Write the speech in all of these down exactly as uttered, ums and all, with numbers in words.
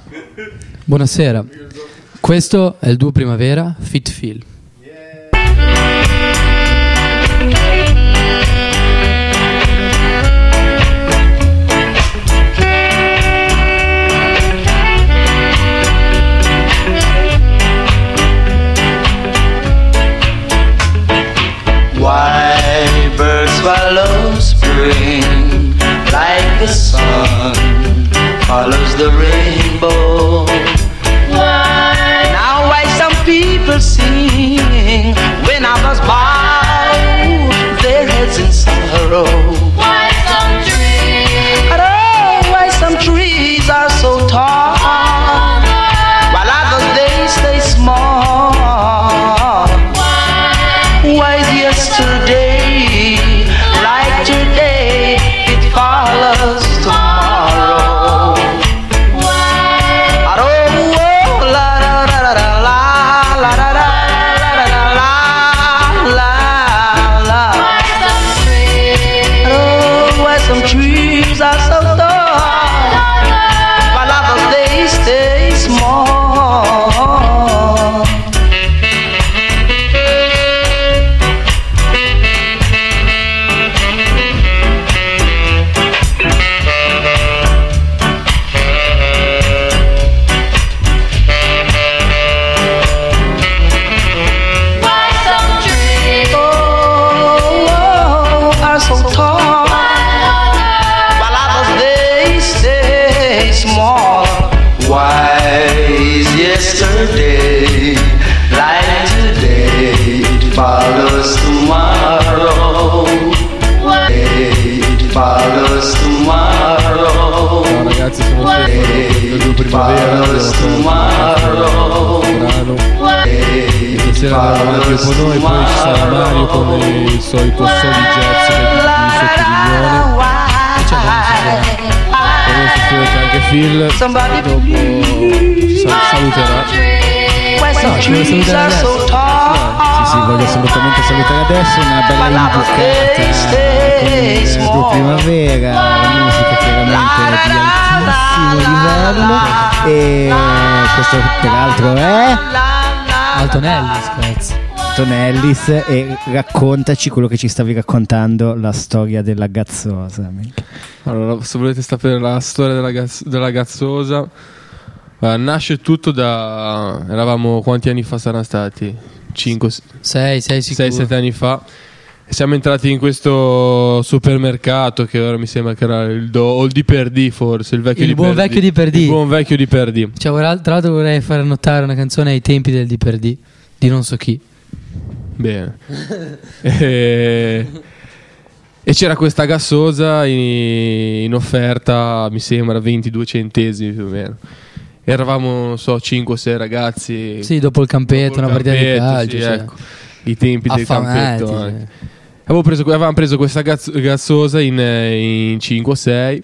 Buonasera. Questo è il duo Primavera, Fit Feel. Why birds follow spring like the sun follows the rainbow? Why? Now why some people sing when others bow their heads in sorrow? Why some trees? Oh, why some trees are so tall while others they stay small? Why yesterday, like today, it follows tomorrow? Why? Oh, oh, la la la la la la la la la la la. Why some trees? Oh, why some trees are so tall while others they stay small? Yesterday, like today, it follows tomorrow. It follows tomorrow. Ciao ragazzi, sono Stefano del gruppo Primavera. Questa sera andremo anche con noi, poi ci sarà Mario con il solito soli jazz di Sottoviglione. Poi c'è anche Phil, dopo ci saluterà. No, ci vuole salutare adesso. Sì, sì, voglio assolutamente salutare adesso. Una bella inducata con il gruppo Primavera, la musica chiaramente di altissimo livello. E questo peraltro è Alton Ellis, cazzo. Alton Ellis. E raccontaci quello che ci stavi raccontando, la storia della Gazzosa. Allora, se volete sapere la storia della, gaz- della Gazzosa, uh, nasce tutto da... eravamo, quanti anni fa saranno stati? cinque, sei, sei sicuro. sei sette anni fa. E siamo entrati in questo supermercato che ora mi sembra che era il Do o il Di per Di, forse il vecchio il Di buon per vecchio Di. Di per Di. Il buon vecchio Di per Di. Cioè, tra l'altro vorrei far notare una canzone ai tempi del Di per Di di non so chi. Bene. e... e c'era questa gassosa in, in offerta, mi sembra ventidue centesimi più o meno. Eravamo, non so, cinque sei ragazzi. Sì, dopo il campetto, dopo una il partita di campetto, calcio, sì, cioè. ecco, i tempi del Affamati, campetto cioè. anche. Avevo preso, avevamo preso questa gazz- gassosa in, in cinque sei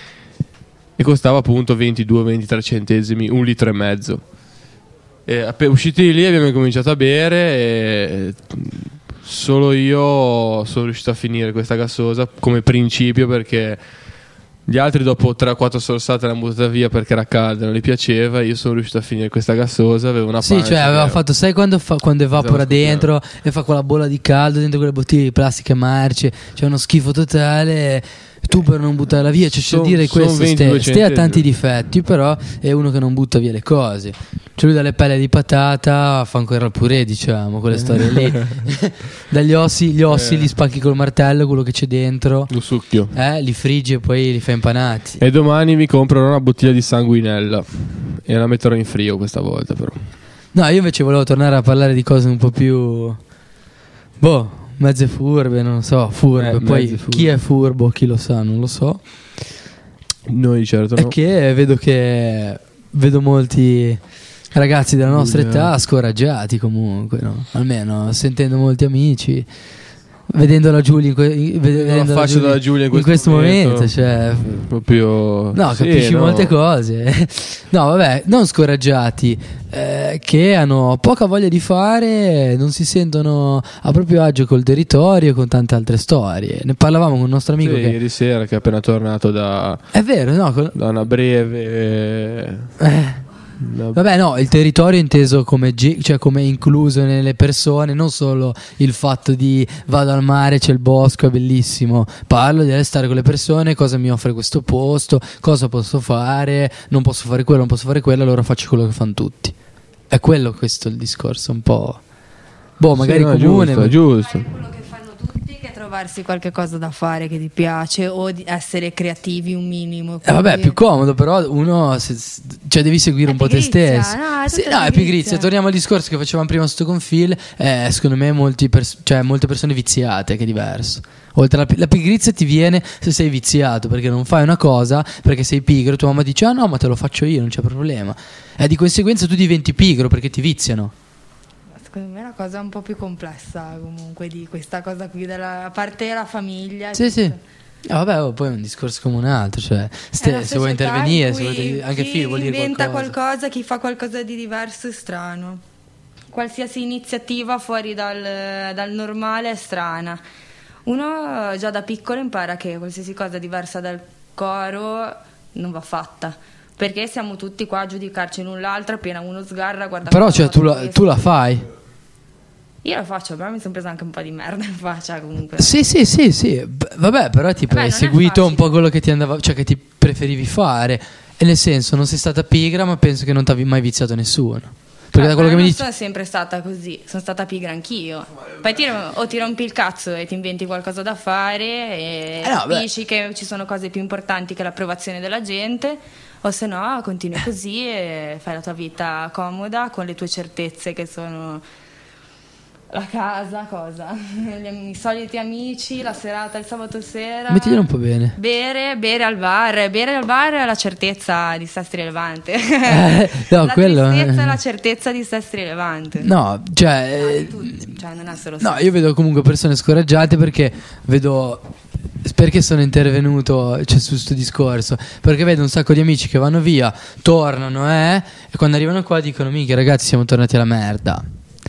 e costava appunto ventidue ventitré centesimi, un litro e mezzo. E appena usciti di lì abbiamo cominciato a bere e solo io sono riuscito a finire questa gassosa come principio, perché gli altri dopo tre quattro sorsate l'hanno buttata via perché era calda, non gli piaceva. Io sono riuscito a finire questa gassosa, avevo una Sì, cioè aveva fatto, sai quando, fa, quando evapora dentro e fa quella bolla di caldo dentro quelle bottiglie di plastica marce, cioè uno schifo totale. Tu per non buttarla via, cioè c'è da dire questo, Ste, Ste ha tanti difetti, però è uno che non butta via le cose. Cioè lui dalle pelle di patata fa ancora il purè, diciamo, quelle storie lì. Dagli ossi, gli ossi eh. li spacchi col martello, quello che c'è dentro lo succhio, eh, li friggi e poi li fai impanati. E domani mi comprerò una bottiglia di sanguinella e la metterò in frio questa volta, però. No, io invece volevo tornare a parlare di cose un po' più boh, mezze furbe, non so, furbe. Eh, Poi furbe. chi è furbo, chi lo sa, non lo so. Noi certo È no. che vedo che vedo molti ragazzi della nostra Buia. età scoraggiati comunque, no? Almeno sentendo molti amici, vedendo la Giulia in, que- vedendo la faccia della Giulia in questo, questo momento, momento, cioè proprio no, sì, capisci no. molte cose. No, vabbè, non scoraggiati, eh, che hanno poca voglia di fare, non si sentono a proprio agio col territorio e con tante altre storie. Ne parlavamo con un nostro amico Sì, che ieri sera che è appena tornato da, è vero, no? Con... da una breve Eh. La... Vabbè, no, il territorio inteso come, ge- cioè come incluso nelle persone, non solo il fatto di vado al mare, c'è il bosco, è bellissimo. Parlo di stare con le persone, cosa mi offre questo posto, cosa posso fare, non posso fare quello, non posso fare quello, allora faccio quello che fanno tutti. È quello questo il discorso, un po'. Boh, magari sì, no, comune. Giusto, ma... giusto. Quello che fanno tutti, che trovarsi qualche cosa da fare che ti piace o di essere creativi un minimo. Eh vabbè, è più comodo, però uno se, cioè devi seguire è un po' te pigrizia, stesso. No, è, sì, no, è pigrizia. Torniamo al discorso che facevamo prima sto con Phil. Eh, secondo me molti pers- cioè, molte persone viziate, che è diverso. Oltre alla la pigrizia ti viene se sei viziato, perché non fai una cosa perché sei pigro, tua mamma dice ah no ma te lo faccio io, non c'è problema. E di conseguenza tu diventi pigro perché ti viziano. Secondo me è una cosa un po' più complessa comunque di questa cosa qui, della, a parte la famiglia. Sì, sì. Ah, vabbè, oh, poi è un discorso come un altro, cioè ste, se vuoi intervenire, se vuoi, anche Phil vuol dire inventa qualcosa. qualcosa, chi fa qualcosa di diverso è strano. Qualsiasi iniziativa fuori dal, dal normale è strana. Uno già da piccolo impara che qualsiasi cosa diversa dal coro non va fatta. Perché siamo tutti qua a giudicarci l'un l'altro appena uno sgarra, guarda. Però cioè tu la, tu la fai. Io lo faccio, però mi sono presa anche un po' di merda in faccia comunque. Sì, sì, sì, sì. B- vabbè, però tipo Vabbè, hai non è seguito un facile. po' quello che ti andava, cioè che ti preferivi fare. E nel senso, non sei stata pigra, ma penso che non ti avevi mai viziato nessuno. Perché Ah, da quello che ma mi non dici. sono sempre stata così, sono stata pigra anch'io. Poi ti, o ti rompi il cazzo e ti inventi qualcosa da fare e Eh no, beh. capisci che ci sono cose più importanti che l'approvazione della gente, o se no continui così e fai la tua vita comoda con le tue certezze che sono la casa, cosa? I soliti amici, la serata, il sabato sera. Mettila un po' bene. Bere, bere al bar, bere al bar è la certezza di Sestri Levante. Eh, no, la quello tristezza eh. è la certezza di Sestri Levante. No, cioè, No, eh, di tutti, cioè non è solo no, Sestri. io vedo comunque persone scoraggiate perché vedo perché sono intervenuto cioè, su questo discorso, perché vedo un sacco di amici che vanno via, tornano, eh, e quando arrivano qua dicono minchia ragazzi siamo tornati alla merda.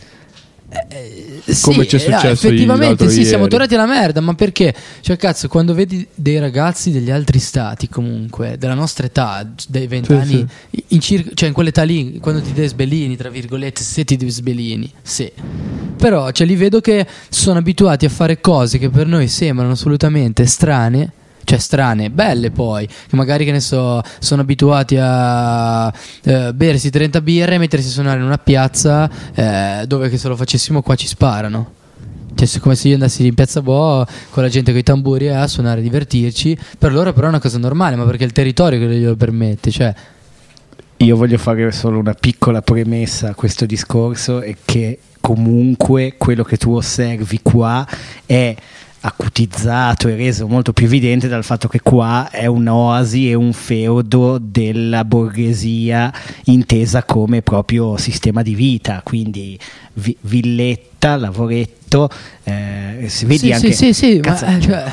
Eh, Come sì, c'è successo eh, effettivamente l'altro sì, ieri. siamo tornati alla merda, ma perché? Cioè cazzo, quando vedi dei ragazzi degli altri stati comunque della nostra età, dei vent'anni, sì. in cir- cioè in quell'età lì, quando ti desbellini tra virgolette, se ti desbellini, sì. Però cioè, li vedo che sono abituati a fare cose che per noi sembrano assolutamente strane. Cioè strane, belle poi, che magari che ne so, sono abituati a eh, bersi trenta birre e mettersi a suonare in una piazza eh, dove che se lo facessimo qua ci sparano. Cioè se- come se io andassi in piazza Bo con la gente con i tamburi a suonare, a divertirci. Per loro però è una cosa normale, ma perché è il territorio che glielo permette, cioè. Io voglio fare solo una piccola premessa a questo discorso, è che comunque quello che tu osservi qua è acutizzato e reso molto più evidente dal fatto che qua è un'oasi e un feudo della borghesia intesa come proprio sistema di vita, quindi vi- villetta, lavoretto, eh, si vedi Sì, anche sì, sì, sì, cazzo, ma, eh, cioè,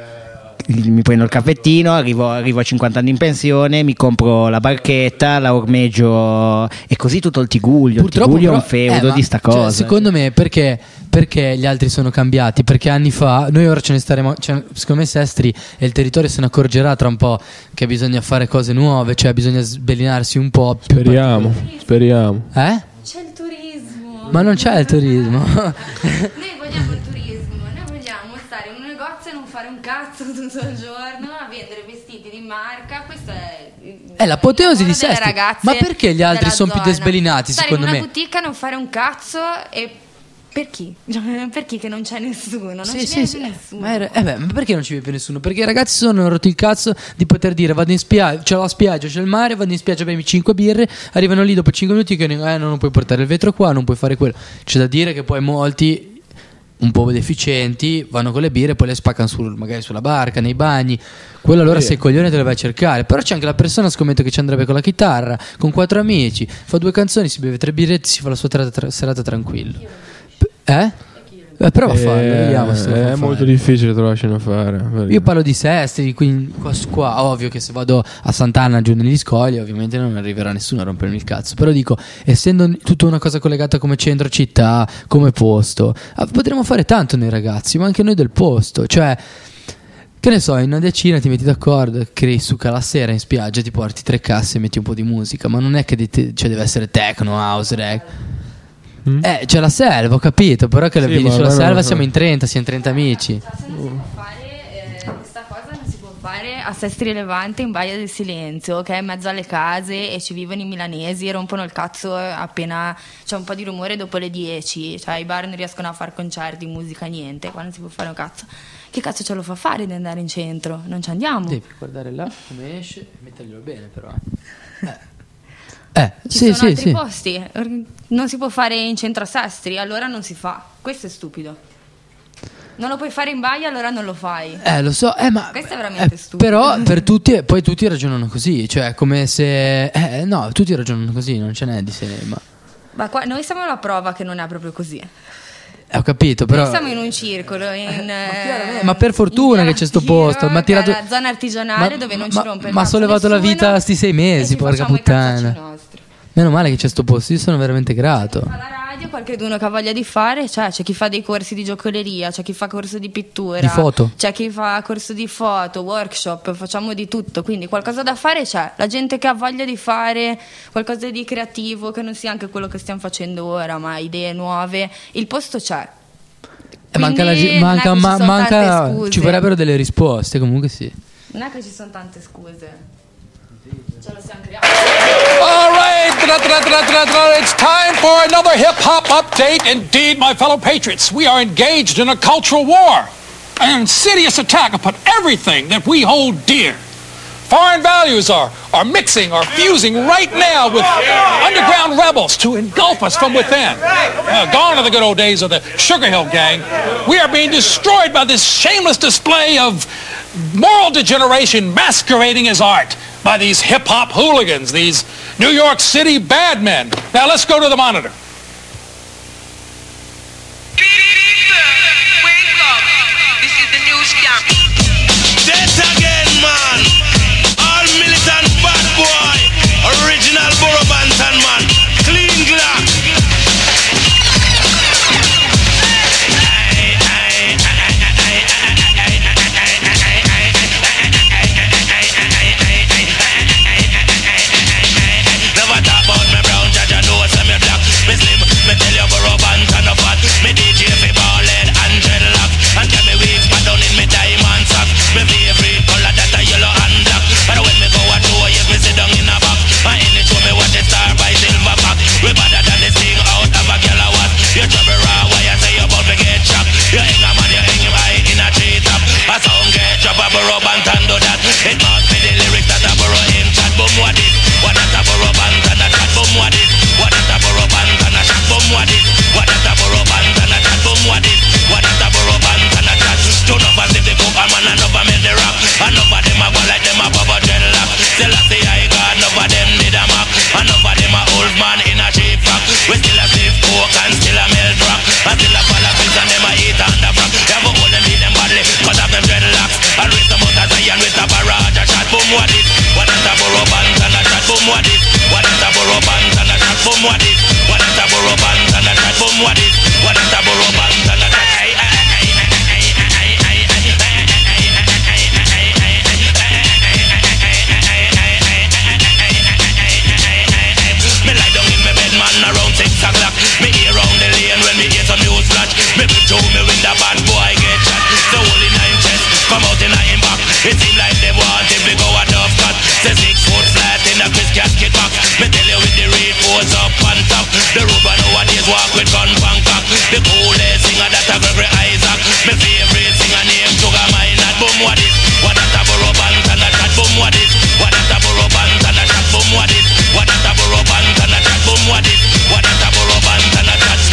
mi prendo il caffettino, arrivo, arrivo a cinquanta anni in pensione, mi compro la barchetta, la ormeggio e così tutto il Tiguglio. purtroppo il Tiguglio è però- un feudo eh, ma, di sta cioè, cosa. secondo me perché, perché gli altri sono cambiati? Perché anni fa noi ora ce ne staremo, cioè, secondo me Sestri e il territorio se ne accorgerà tra un po' che bisogna fare cose nuove, cioè bisogna sbellinarsi un po' più. Speriamo, speriamo. Eh? C'è il turismo. Ma non c'è il turismo. Noi vogliamo il turismo, noi vogliamo stare in un negozio e non fare un cazzo tutto il giorno a vendere vestiti di marca. Questo è È l'apoteosi il di lavoro delle Sestri. ragazze Ma perché gli altri della sono più zona. desbellinati, Stare secondo in me? una boutique a non fare un cazzo e per chi? Cioè, per chi che non c'è nessuno? Non Sì, ci sì, viene sì. più nessuno. Ma, era- eh beh, ma perché non ci vive più nessuno? Perché i ragazzi sono rotti il cazzo di poter dire vado in spiaggia, c'è la spiaggia, c'è il mare, vado in spiaggia a bermi cinque birre, arrivano lì dopo cinque minuti che eh, non puoi portare il vetro qua, non puoi fare quello. C'è da dire che poi molti un po' deficienti vanno con le birre e poi le spaccano sul- magari sulla barca, nei bagni. Quello allora Sì. sei coglione te le vai a cercare. Però c'è anche la persona, scommetto, che ci andrebbe con la chitarra, con quattro amici, fa due canzoni, si beve tre birretti, si fa la sua tra- tra- serata tranquillo. P- Eh? Eh, prova a farlo, Eh, vediamo se lo fa è fare. molto difficile trovarci da fare. Io parlo di Sestri, quindi qua, qua, ovvio che se vado a Sant'Anna giù negli scogli, ovviamente non arriverà nessuno a rompermi il cazzo. Però dico, essendo tutta una cosa collegata come centro città, come posto, ah, potremmo fare tanto noi ragazzi, ma anche noi del posto. Cioè, Che ne so, in una decina ti metti d'accordo, crei succa la sera in spiaggia, ti porti tre casse e metti un po' di musica, ma non è che te, cioè deve essere techno, house, reg. Mm? Eh, c'è la selva, ho capito, però che la Sì, vedi ma sulla allora selva non- siamo in trenta, siamo in trenta amici. Cioè, se non si può fare, eh, questa cosa non si può fare a Sestri Levante in Baia del Silenzio, che è in mezzo alle case e ci vivono i milanesi e rompono il cazzo appena c'è un po' di rumore dopo le dieci, cioè i bar non riescono a fare concerti, musica, niente, qua non si può fare un cazzo. Che cazzo ce lo fa fare di andare in centro? Non ci andiamo. Devi guardare là come esce e metterglielo bene, però. Eh, eh Ci sì, sono sì, altri sì. posti, non si può fare in centro a Sestri, allora non si fa. Questo è stupido. Non lo puoi fare in Baia, allora non lo fai. Eh, lo so, eh, ma Questo è veramente eh, stupido. Però per tutti, poi tutti ragionano così, cioè come se eh, no, tutti ragionano così, non ce n'è di sé, ma Ma qua, noi siamo la prova che non è proprio così. eh, ho capito, però Noi siamo in un circolo, in, eh, ma per fortuna in che c'è sto Giro, posto, ma ha tirato che è la zona artigianale ma- dove non ma- ci rompe il ma ha cazzo sollevato la nessuno vita sti sei e mesi, ci porca facciamo i cazzacci puttana. nostri. Meno male che c'è sto posto, io sono veramente grato. Fa la radio, qualcuno che ha voglia di fare, cioè c'è chi fa dei corsi di giocoleria, c'è chi fa corso di pittura, Di foto. c'è chi fa corso di foto, workshop, facciamo di tutto, quindi qualcosa da fare c'è. La gente che ha voglia di fare qualcosa di creativo, che non sia anche quello che stiamo facendo ora, ma idee nuove, il posto c'è. Eh, manca la, Quindi ge- non è manca, che ci ma- sono tante manca scuse. ci vorrebbero delle risposte, comunque sì. Non è che ci sono tante scuse. Ce lo siamo creati. All right, tra, tra, tra, tra, tra, it's time for another hip-hop update. Indeed, my fellow patriots, we are engaged in a cultural war, an insidious attack upon everything that we hold dear. Foreign values are, are mixing, are fusing right now with underground rebels to engulf us from within. Uh, gone are the good old days of the Sugar Hill Gang. We are being destroyed by this shameless display of moral degeneration masquerading as art by these hip-hop hooligans, these New York City bad men. Now let's go to the monitor. Wake up. This is the new scam. Dead again, man. All militant bad boy. Original Borough Bantan man. Clean Glock. Never talk about me brown, judge, I know say me black. Me slim, me tell you Borough Bantan no fat. Me D J fi ball head and dreadlock. And carry me weave spat down in me diamond sock. Me favorite color that a yellow and black. But when me go a show, yes me sit down in a box. And in the show me watch a star by silver pack. We better than this thing out of a gyal a wat. You trouble raw, why you say you about to get chopped? You hang a man, you hang him high in a tree top. A sound get drop a Borough Bantan do that. It must be the lyrics that a Borough him chat. Boom what it? What that a Borough Bantan a chat? Boom what it? What that a Borough Bantan a chat? Boom what it? What that a Borough Bantan a chat? Boom what it? What that a Borough Bantan a chat? Two numbers if they cook a man and over make the rap. And over them a go like them a bubble dreadlock. Still I say I got enough of them did a map. And over them a old man in a cheap pack. We still a safe coke and still a melt rock. And still a fall of fish and them a eat on the front. They have a hold them beat them badly cause of them dreadlocks. And raise them out a Zion with a barrage a shot. Boom what it? What that a Borough Bantan a chat? Boom what it? What that a Borough Bantan a chat? Boom what it? What that a Borough Bantan a chat? Boom what it? What that a Borough Bantan a chat? Ay, ay, ay, ay, ay, ay, ay, ay, ay. Me lie down in my bed, man, around six o'clock. Me hear round the lane when me hear some news flash. Me peep through me window, bad boy get shot. The holy nine chest come out in a him back. It seem like they want him to go a dove cut. Say six foot flat in a Chris casket back. Me tell you with the reed force up on top. The road one nowadays walk with gun Bangkok. The coolest singer that a Gregory Isaac. Me favorite singer named Sugar Minot. Boom what it? What that a Borough Bantan a chat? Boom what it? What that a Borough Bantan a chat? Boom what it? What that a Borough Bantan a chat? Boom what it? What that a Borough Bantan a chat?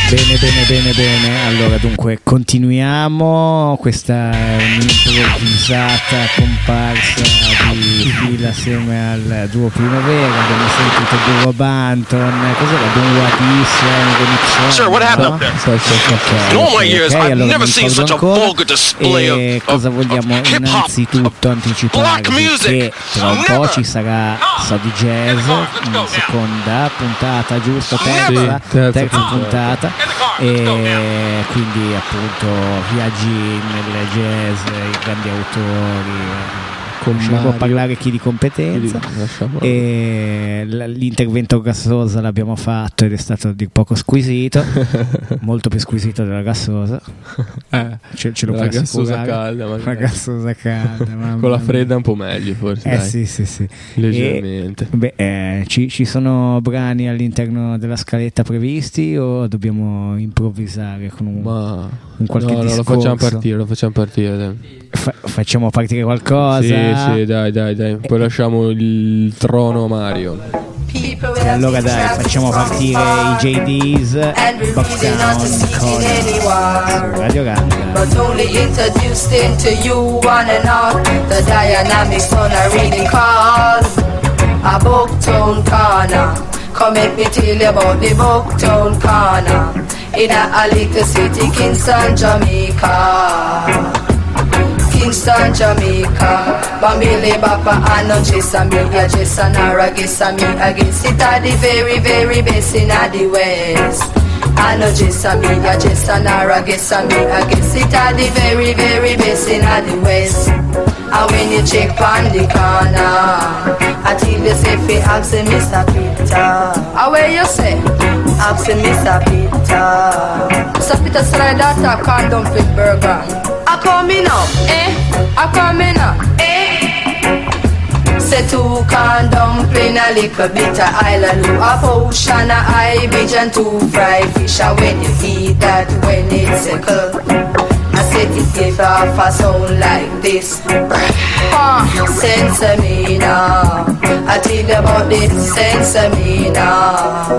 Bene, bene, bene, bene. Allora, dunque, continuiamo. Questa è un'improvvisata comparsa di fila assieme al duo Primavera. Abbiamo sentito Duro Banton. Cos'era? Don Wadis, remix. Sir, what happened up there? So, so, so, okay, In all my okay, years, okay. I've Allora, never seen such a ancora. vulgar display E of, cosa of, vogliamo of hip-hop, innanzitutto anticipare? black music. Che tra un Never. po' ci sarà So di Jazz, in seconda puntata, giusto? Terza, Sì, terza terza puntata. puntata. E quindi appunto viaggi nel jazz, i grandi autori. Cominciamo a parlare chi di competenza. E l- l'intervento gassosa l'abbiamo fatto ed è stato a dir poco squisito, molto più squisito della gassosa. Eh, ce, ce lo la puoi gassosa assicurare? calda, La gassosa calda, mamma con la mia. fredda un po' meglio forse. Eh dai. sì, sì, sì. Leggermente. E, beh, eh, ci, ci sono brani all'interno della scaletta previsti o dobbiamo improvvisare con un, Ma un qualche no, no, discorso? lo facciamo partire, lo facciamo partire. Dai. Fa- facciamo partire qualcosa? Sì, sì, dai, dai, dai. Poi lasciamo il trono a Mario. E allora dai, facciamo partire i J Ds, Boxdown con su Radio Ganda. But only introduced into you one and all. The dynamics on a really cause a Booktown corner. Come make me tell you about the Booktown corner in a, a little city, Kingston, Jamaica. Kingston, Jamaica. Bambili Bapa and no Jessa me, a Jessa Nara, Gessa me against it at the very, very best in the West. I know Jessa me, a Jessa Nara, Gessa me against it at the very, very best in the West. And when you check on the corner, I tell you say fi ask Mister Peter. How where you say? Ask Mister Peter. Mister Peter said that a corn dumpling burger. I coming up, eh? I coming up, eh? Say two corn dumpling, a little bit of island, a potion of ibis and two fried fish. And when you eat that, when it's a cold, I said it give off a sound like this. Uh, sense me now. I tell you about this, sense me now.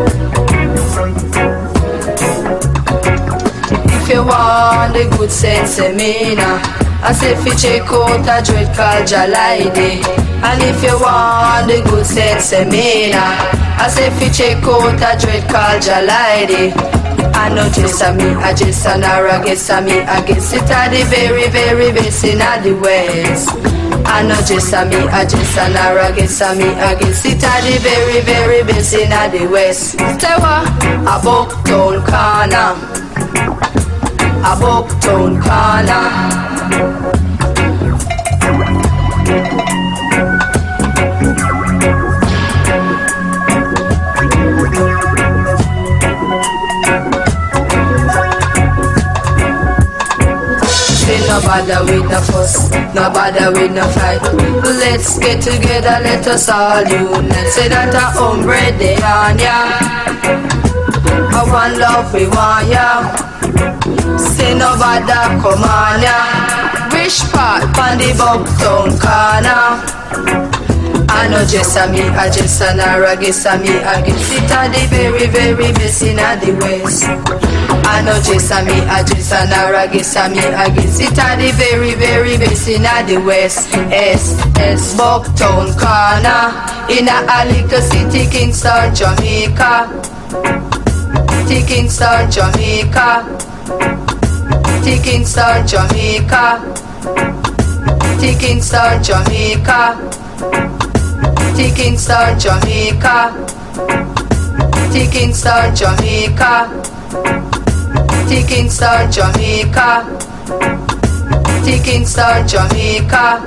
If you want the good sense of me now, I say if you check out a dread called Jalide. And if you want the good sense of me now, I say if you check out a dread called Jalide. I know just a me, I just a Nara, guess a me, I guess it are the very, very best in the West. I know just a me, I just a Nara, guess a me, I guess it are the very, very best in the West. Say what? A Booktown corner. A Booktown corner. Say no bother with no fuss, no bother with no fight. Let's get together, let us all unite. Say that a hombre de on ya, a one love we want ya. Say no bother come on ya. Wish part on the Booktown corner. I know just a me, I just a Nara, guess a me, I guess it a the very, very best in the West. I know just a me, I just a Nara, guess a me, I guess it a the very, very best in the West. S, S, Booktown corner, in a, a little city, Kingston, Jamaica. Kingston, Jamaica. Kingston, Jamaica. Kingston, Jamaica. Kingston, Jamaica. Kingston, Jamaica. Kingston, Jamaica. Kingston, Jamaica.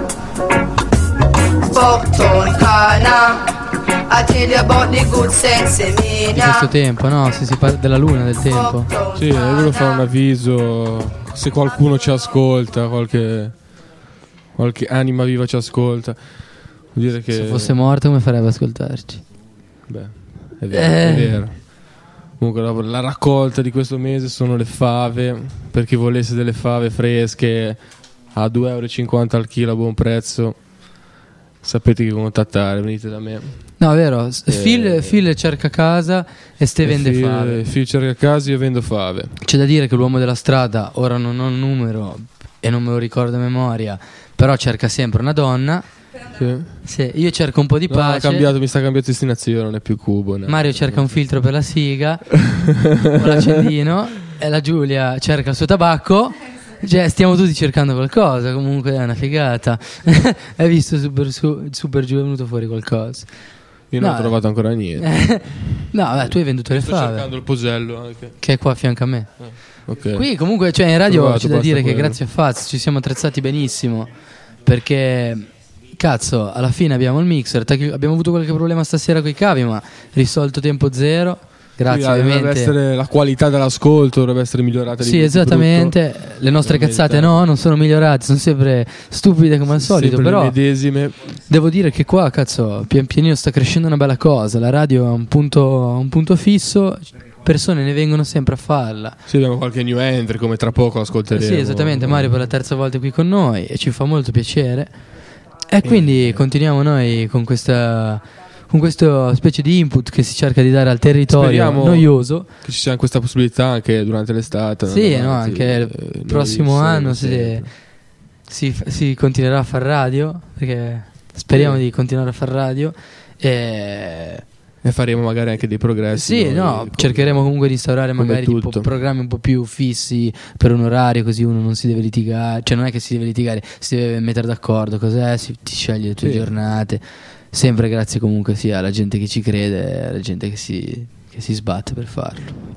Booktown corner. I tell you about the good sense in me Di now. questo tempo, no? Se si parla della luna, del tempo. Sì, volevo fare un avviso. Se qualcuno ci ascolta, qualche, qualche anima viva ci ascolta, vuol dire che Se fosse morto come farebbe ascoltarci? Beh, è vero, Eh. è vero. Comunque la, la raccolta di questo mese sono le fave. Per chi volesse delle fave fresche a due e cinquanta euro al chilo a buon prezzo, sapete chi contattare, venite da me. No, è vero, Eh, Phil, Phil cerca casa e Ste vende Phil- fave. Phil cerca casa, io vendo fave. C'è da dire che l'uomo della strada, ora non ho il numero e non me lo ricordo a memoria, però cerca sempre una donna. Sì. Sì, io cerco un po' di No, ha pace. cambiato, mi sta cambiando destinazione, non è più Cubo. no. Mario cerca un filtro per la siga o l'accendino e la Giulia cerca il suo tabacco. Cioè, stiamo tutti cercando qualcosa, comunque è una figata. Hai visto super, su, super giù è venuto fuori qualcosa. Io non No, ho trovato ancora niente. No, vabbè, tu hai venduto le Sto fave cercando il posello anche. che è qua a fianco a me. Ok. Qui comunque, cioè, in radio Trovato, c'è da basta dire che quello. grazie a Faz ci siamo attrezzati benissimo, perché cazzo, alla fine abbiamo il mixer, tac- abbiamo avuto qualche problema stasera con i cavi, ma risolto tempo zero. Grazie Sì, dovrebbe ovviamente. essere la qualità dell'ascolto dovrebbe essere migliorata di Sì, brutto esattamente. brutto. Le nostre Non cazzate meritava. no, non sono migliorate, sono sempre stupide come al solito, Sempre però le medesime. devo dire che qua, cazzo, pian pianino sta crescendo una bella cosa. La radio è un punto, un punto fisso, persone ne vengono sempre a farla. Sì, abbiamo qualche new entry come tra poco ascolteremo. Sì, esattamente. Mario per la terza volta qui con noi e ci fa molto piacere. E quindi continuiamo noi con questa, con questa specie di input che si cerca di dare al territorio Speriamo noioso. che ci sia questa possibilità anche durante l'estate. Sì, andare no, avanti, anche il eh, prossimo noi anno sempre, si, sempre. si, si continuerà a far radio, perché speriamo di continuare a far radio. E E faremo magari anche dei progressi. sì, noi, no, come- cercheremo comunque di instaurare come magari tipo tutto. programmi un po' più fissi per un orario, così uno non si deve litigare, cioè non è che si deve litigare, si deve mettere d'accordo, cos'è, si, ti scegli le tue Sì. giornate, sempre grazie comunque sia alla gente che ci crede, alla gente che si, che si sbatte per farlo.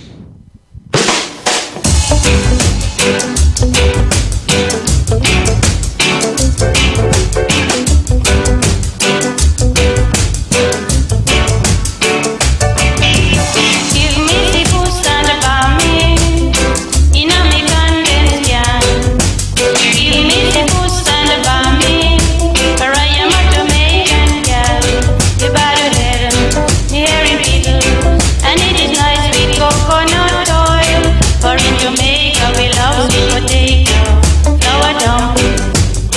Give me the boost and the bomb in a me condensed can. Give me the boost and the bomb, for I am a Jamaican girl. The bottle head, the hairy people, and it is nice with coconut oil. For in Jamaica we love sweet potato, flour dumpling.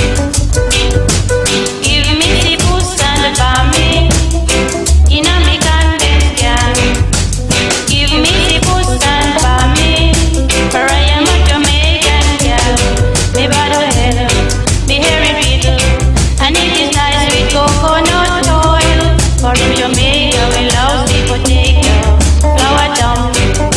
Give me the boost and the bomb in a me condensed can. Give me the boost and bomb, for I am a Jamaican girl. Me bottle head, me hairy beetle, and it is nice with coconut oil. For in Jamaica we love sweet potato, flour dumpling.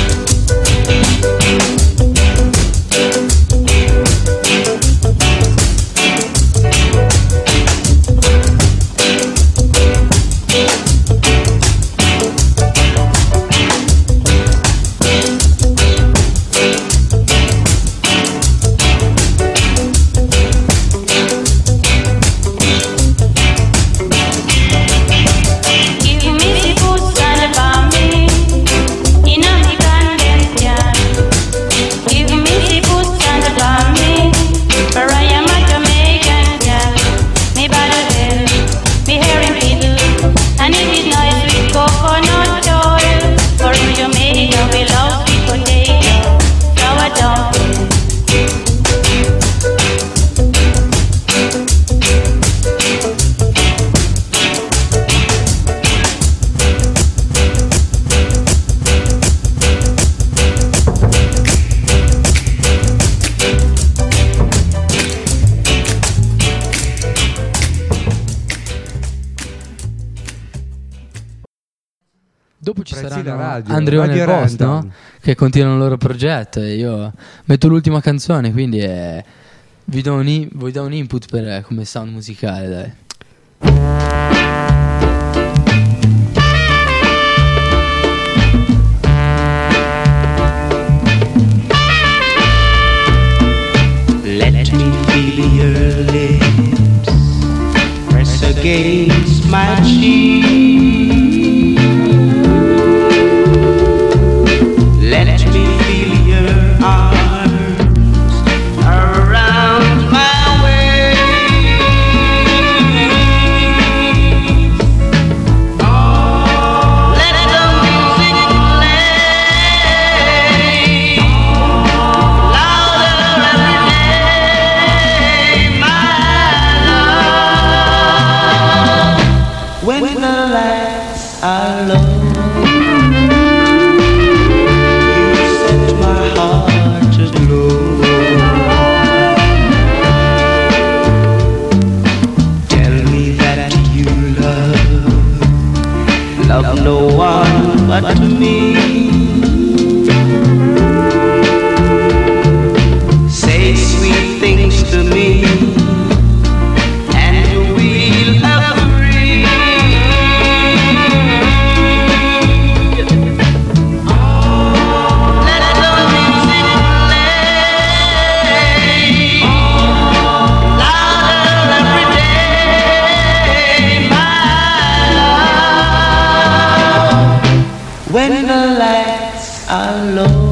Give me the boost and the bomb in a me condensed can. Give me the boost and the bomb, for I am a Jamaican girl. Me bottle head, me hairy beetle, and it is nice with coconut oil. For in Jamaica we love sweet potato, flour dumpling. Dopo ci Prezzi saranno da radio, Andreone e Radio il Boss, Random. no? Che continuano il loro progetto e io metto l'ultima canzone, quindi eh, vi do un, in- vi do un input per eh, come sound musicale, dai. Let me feel your lips press against my cheek. Let me feel your arms around my waist. are low,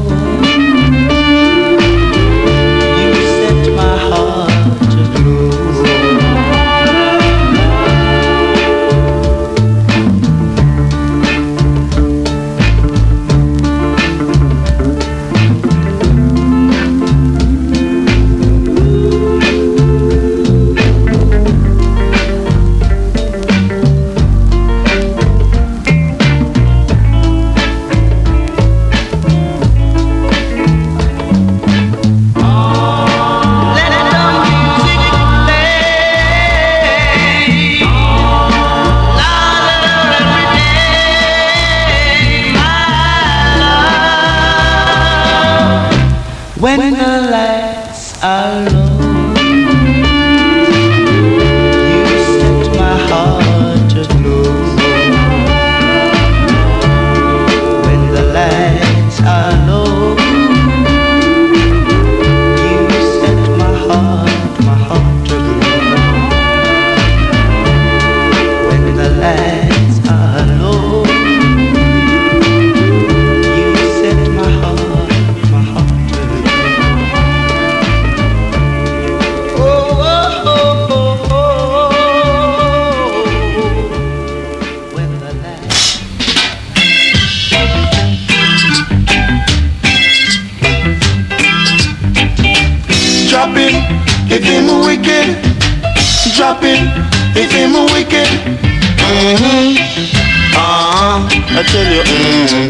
you set my heart aglow. When the lights are low, you set my heart aglow. When the lights are low, you set my heart, my heart aglow. When the lights are low, you set my heart, my heart. Drop it if him wicked. Drop it if him wicked. Mm-hmm. Ah, uh-huh. I tell you. Mm-hmm.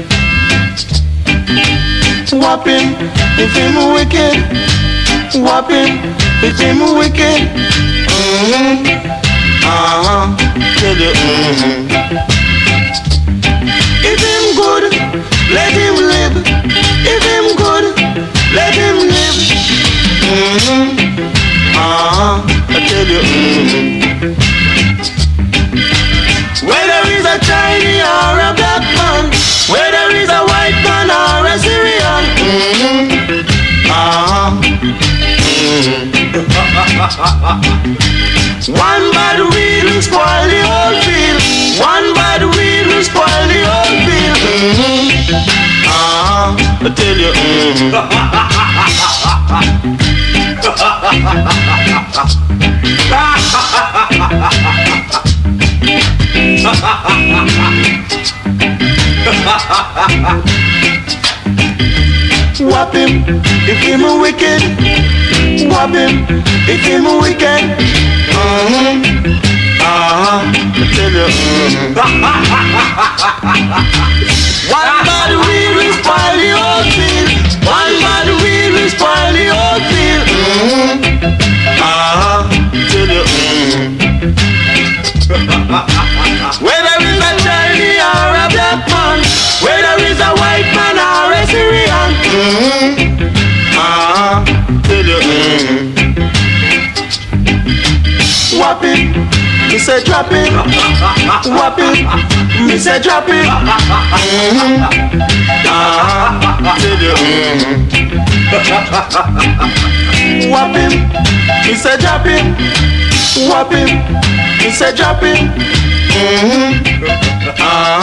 Whop him if him wicked. Whop him if him wicked. Mm-hmm. Ah, uh-huh. Tell you. Mm-hmm. If him good, let him live. If him good, let him live. Mm-hmm. Ah, uh-huh. I tell you. Mm-hmm. Whether he's a Chinese or a black man, whether he's a white man or a Syrian. Mm-hmm. Ah, uh-huh. Mm-hmm. One bad weed will spoil the whole field. One bad weed will spoil the whole field. Mm-hmm. Ah, uh-huh. I tell you. Mm-hmm. Whop him if him a wicked. Whop him if him a wicked. Mm-hmm. Uh-huh. I tell you. Mm-hmm. One bad weed will spoil the whole field. One bad weed will spoil the whole field. Mm-hmm. Uh-huh. Tell you. Mm-hmm. Whether it's a Chinese or a black man, whether it's a white man or a Syrian. Mm-hmm. Uh-huh. Tell you. Mm-hmm. Whop it, me say drop it. Whop it, me say drop it. Mm-hmm. Uh-huh. Tell you. Mm-hmm. Whop him, me say drop him. Whop him, me say drop him. Mm-hmm. Uh-huh.